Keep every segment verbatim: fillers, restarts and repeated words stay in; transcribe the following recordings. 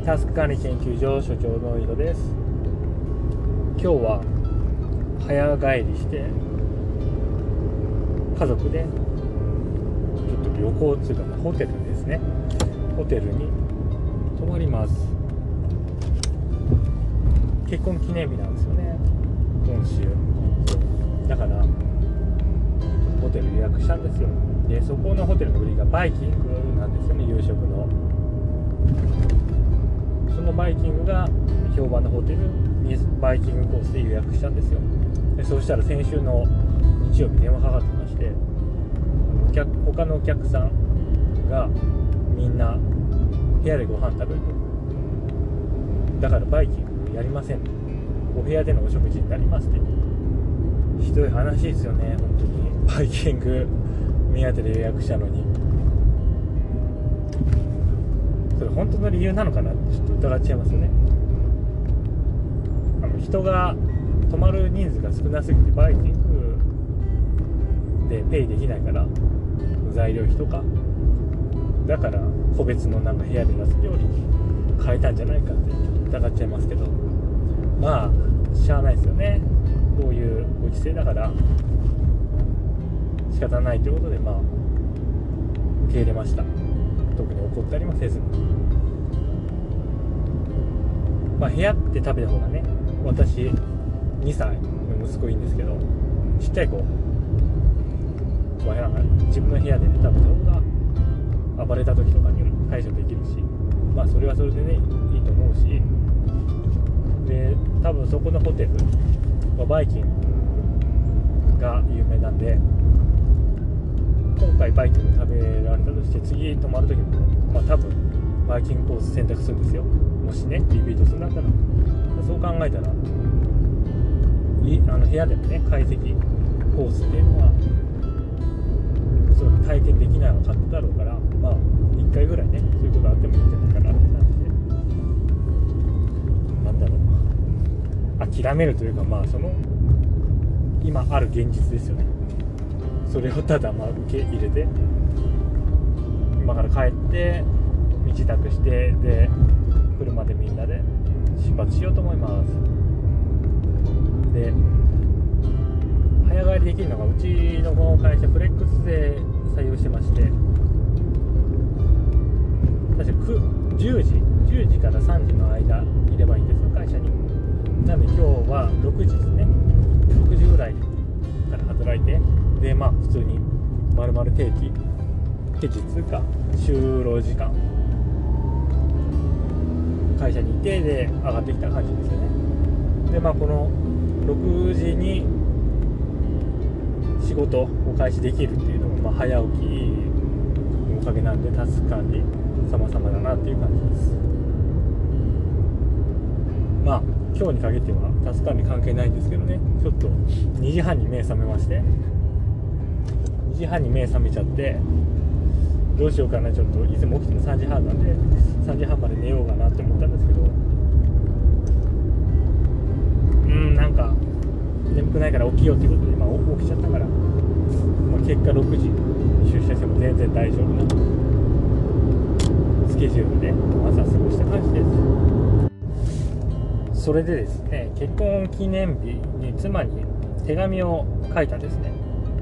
タスク管理研究所所長の井戸です。今日は早帰りして家族でちょっと旅行っていうか、ね、ホテルですねホテルに泊まります。結婚記念日なんですよね、今週。だからホテル予約したんですよ。でそこのホテルの売りがバイキングなんですよね、夕食の。そのバイキングが評判のホテルにバイキングコースで予約したんですよ。でそうしたら先週の日曜日電話かかってまして、お客他のお客さんがみんな部屋でご飯食べると、だからバイキングやりません、お部屋でのお食事になりますって。ひどい話ですよね、本当に。バイキング目当てで予約したのに、それ本当の理由なのかなってちょっと疑っちゃいますよね。あの人が泊まる人数が少なすぎてバイキングでペイできないから、材料費とかだから個別のなんか部屋で出す料理に変えたんじゃないかってちょっと疑っちゃいますけど、まあしゃあないですよね。こういうご時世だから仕方ないということで、まあ受け入れました。特に怒ったりもせず、まあ部屋って食べた方がね、私にさいの息子いいんですけど、ちっちゃい子はなんか自分の部屋で、ね、食べた方が暴れた時とかにも対処できるし、まあそれはそれでねいいと思うし、で多分そこのホテルはバイキングが有名なんで、今回バイキング食べられたとして次泊まるときも、まあ、多分バイキングコース選択するんですよ、もしねリピートするんだったら。そう考えたらいあの部屋でもね快適コースっていうのはおそらく体験できないのは勝手だろうから、まあいっかいぐらいねそういうことあってもいいんじゃないかなって感じで、なんだろう、諦めるというか、まあその今ある現実ですよね。それをただまあ受け入れて、今から帰って身支度して、で車でみんなで出発しようと思います。で早帰りできるのがうちのこの会社フレックスで採用してまして、確かじゅうじじゅうじからさんじの間いればいいんですよ、会社に。なので今日はろくじですね、ろくじぐらいから働いて、でまあ普通に丸々定期平日か就労時間会社にいて、で上がってきた感じですよね。でまあこのろくじに仕事を開始できるっていうのも、まあ早起きのおかげなんでタスク管理様々だなっていう感じです。まあ今日に限ってはタスク管理関係ないんですけどね、ちょっとにじはんに目覚めまして、にじはんに目覚めちゃって、どうしようかな、ちょっといつも起きてもさんじはんなんでさんじはんまで寝ようかなって思ったんですけど、うーんなんか眠くないから起きようっていうことで、まあ、起きちゃったから、まあ、結果ろくじに出社しても全然大丈夫なスケジュールで朝過ごした感じです。それでですね、結婚記念日に妻に手紙を書いたんですね。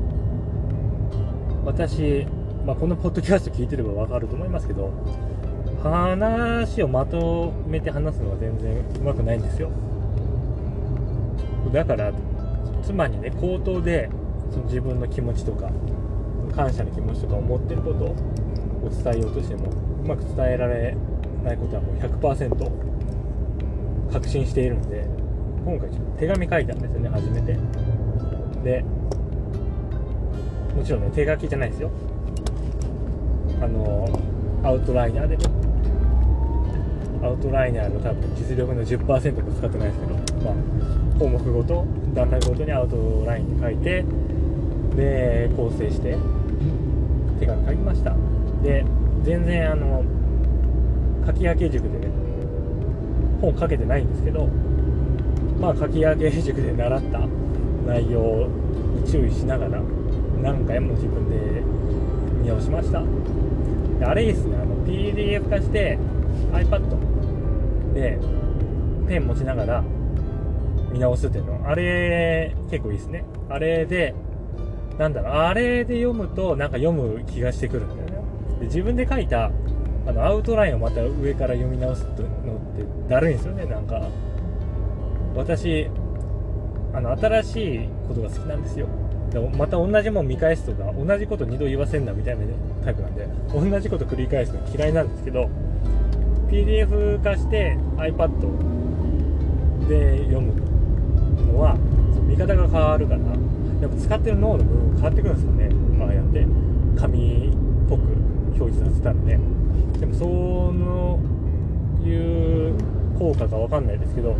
私、まあ、このポッドキャスト聞いてれば分かると思いますけど、話をまとめて話すのは全然うまくないんですよ。だから妻にね口頭でその自分の気持ちとか感謝の気持ちとか思ってることを伝えようとしてもうまく伝えられないことはもう ひゃくパーセント 確信しているので、今回ちょっと手紙書いたんですよね、初めて。でもちろんね手書きじゃないですよ、あのアウトライナーでね、アウトライナーの多分実力の じゅっパーセント も使ってないですけど、まあ項目ごと段落ごとにアウトラインに書いて、で構成して手紙書きました。で全然あの書き上げ塾でね本書けてないんですけど、まあ書き上げ塾で習った内容に注意しながら何回も自分で見直しました。であれいいですね、あの ピーディーエフ 化して iPad でペン持ちながら見直すっていうの、あれ結構いいですね。あれでなんだろう、あれで読むとなんか読む気がしてくるんだよね。で自分で書いたあのアウトラインをまた上から読み直すのってだるいんですよね。なんか私あの新しいことが好きなんですよ。でもまた同じもん見返すとか同じこと二度言わせんなみたいなタイプなんで、同じこと繰り返すの嫌いなんですけど、 ピーディーエフ 化して iPad で読むのはその見方が変わるから、やっぱ使ってる脳の部分変わってくるんですかね。ああやって紙っぽく表示させたらね。でもそういう効果かわかんないですけど、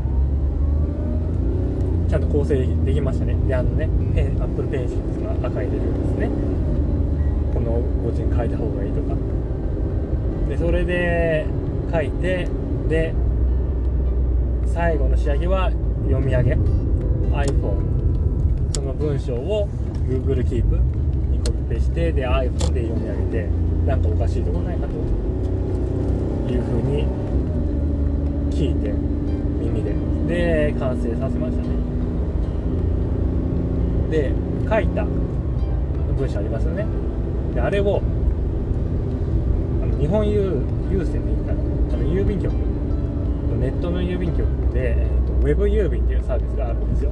ちゃんと構成できましたね。であのね、ペン、アップルペンシルが赤入れるんですね。この文字に変えた方がいいとかで、それで書いて、で最後の仕上げは読み上げ iPhone その文章を Google Keep にコピペして、で iPhone で読み上げて、なんかおかしいとこないかという風に聞いて耳でで完成させましたね。で書いた文章ありますよね。であれをあの日本郵郵船でいいかな、あの郵便局、ネットの郵便局で、えーと、ウェブ郵便っていうサービスがあるんですよ。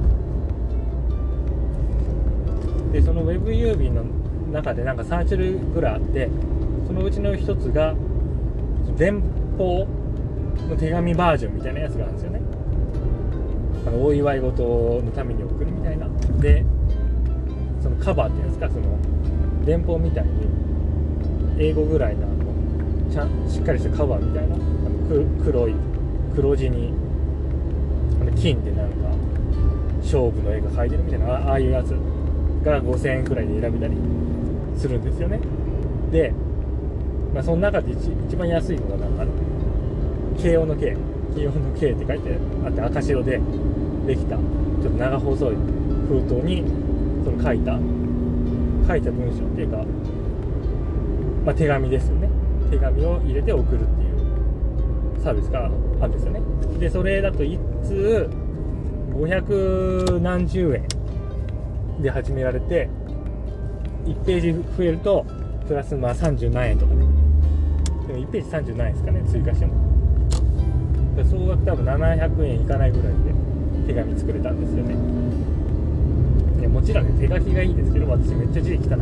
でそのウェブ郵便の中でなんかさん種類ぐらいあって、そのうちの一つが電報の手紙バージョンみたいなやつがあるんですよね。あのお祝い事のために送るみたいな。でそのカバーっていうんですか、その電報みたいに英語ぐらいなちゃんしっかりしたカバーみたいな、あの黒い黒地にあの金でなんか勝負の絵が描いてるみたいな、ああいうやつがごせんえんくらいで選べたりするんですよね。で、まあ、その中で 一, 一番安いのがなんか慶応の慶慶応の慶って書いてあって、赤白でできたちょっと長細い封筒にその書いた書いた文章っていうか、まあ、手紙ですよね。手紙を入れて送るっていうサービスがあるんですよね。でそれだといっ通ごひゃくなんじゅうえんで始められて、いちページ増えるとプラスまあさんじゅうなんえんとかね。でもいちページさんじゅうなんえんですかね、追加しても。総額多分ななひゃくえんいかないぐらいで手紙作れたんですよね。いやもちろんね手書きがいいですけど、私めっちゃ字汚いんで、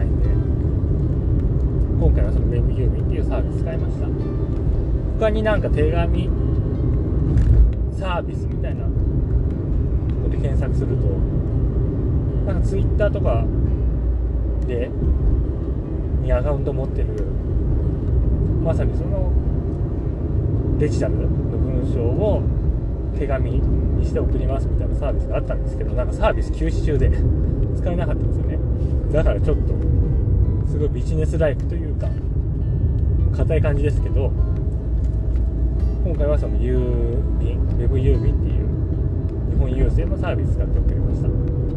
今回はそのウェブ郵便っていうサービス使いました。他になんか手紙サービスみたいなので検索すると、なんかツイッターとかでにアカウント持ってる、まさにそのデジタルの文章を手紙にして送りますみたいなサービスがあったんですけど、なんかサービス休止中で使えなかったんですよね。だからちょっとすごいビジネスライクというか硬い感じですけど、今回はその郵便、ウェブ郵便っていう日本郵政のサービス使って送りました。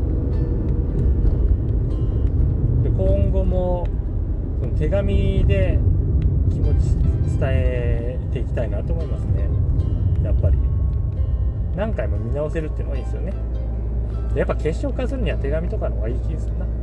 で今後もその手紙で気持ち伝えていきたいなと思いますね。やっぱり何回も見直せるっていうのがいいですよね。でやっぱ結晶化するには手紙とかの方がいい気がするな。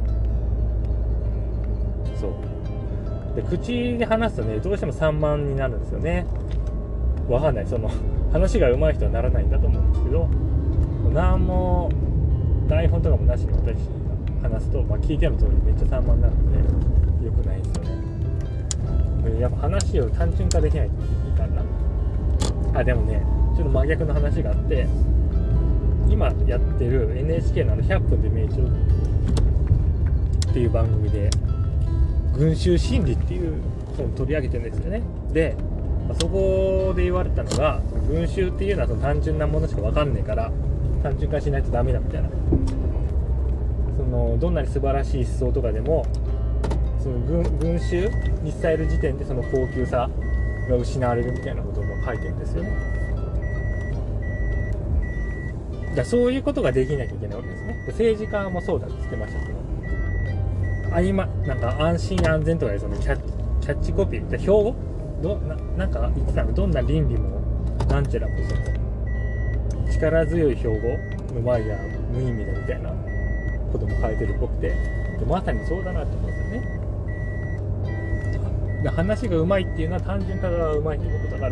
そうで口で話すとね、どうしても散漫になるんですよね。わかんない、その話が上手い人はならないんだと思うんですけど、何も台本とかもなしに私が話すと、まあ、聞いての通りめっちゃ散漫になるので良くないんですよね。やっぱ話を単純化できないといいかな。あでもねちょっと真逆の話があって、今やってる エヌエイチケー のあのひゃっぷんで名著っていう番組で群衆心理っていう本を取り上げてるんですよね。でそこで言われたのが、群衆っていうのはその単純なものしか分かんないから単純化しないとダメだみたいな、そのどんなに素晴らしい思想とかでもその 群, 群衆に伝える時点でその高級さが失われるみたいなことも書いてるんですよね。だからそういうことができなきゃいけないわけですね。で政治家もそうだって言ってましたけど、あ今なんか安心安全とかでそのキャッチ、キャッチコピー、標語ど な, なんか言ってたの、どんな倫理もなんちゃらもその力強い標語の前が無意味だみたいなことも書いてるっぽくて、でまさにそうだなって思うんですよね。で話がうまいっていうのは単純化がうまいっていうことだから、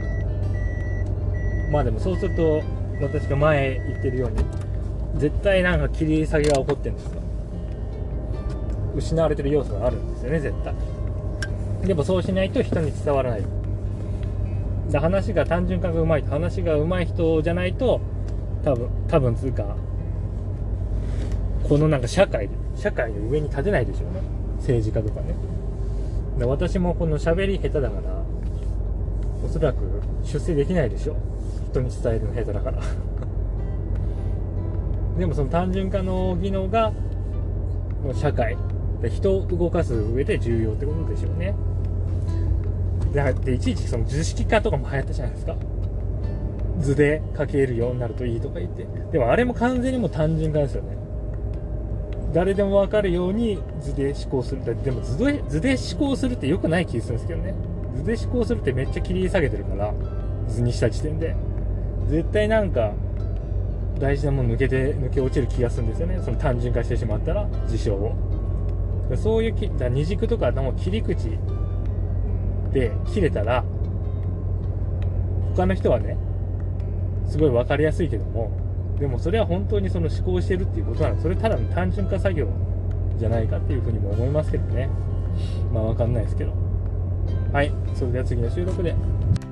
まあでもそうすると私が前言ってるように絶対なんか切り下げが起こってるんですよ。失われてる要素があるんですよね、絶対。でもそうしないと人に伝わらない。で話が単純化がうまいと、話がうまい人じゃないと多分多分つうかこのなんか社会で社会の上に立てないでしょうね、政治家とかね。で私もこの喋り下手だからおそらく出世できないでしょ、人に伝えるの下手だからでもその単純化の技能が社会で人を動かす上で重要ってことでしょうね。で、でいちいちその図式化とかも流行ったじゃないですか。図で書けるようになるといいとか言って。でもあれも完全にもう単純化ですよね。誰でも分かるように図で思考する。でも図で図で思考するって良くない気がするんですけどね。図で思考するってめっちゃ切り下げてるから、図にした時点で絶対なんか大事なもの抜けて抜け落ちる気がするんですよね、その単純化してしまったら事象を。そういうきだ二軸とかの切り口で切れたら他の人はねすごい分かりやすいけども、でもそれは本当にその思考してるっていうことなの。それただの単純化作業じゃないかっていうふうにも思いますけどね。まあ分かんないですけど。はい、それでは次の収録で。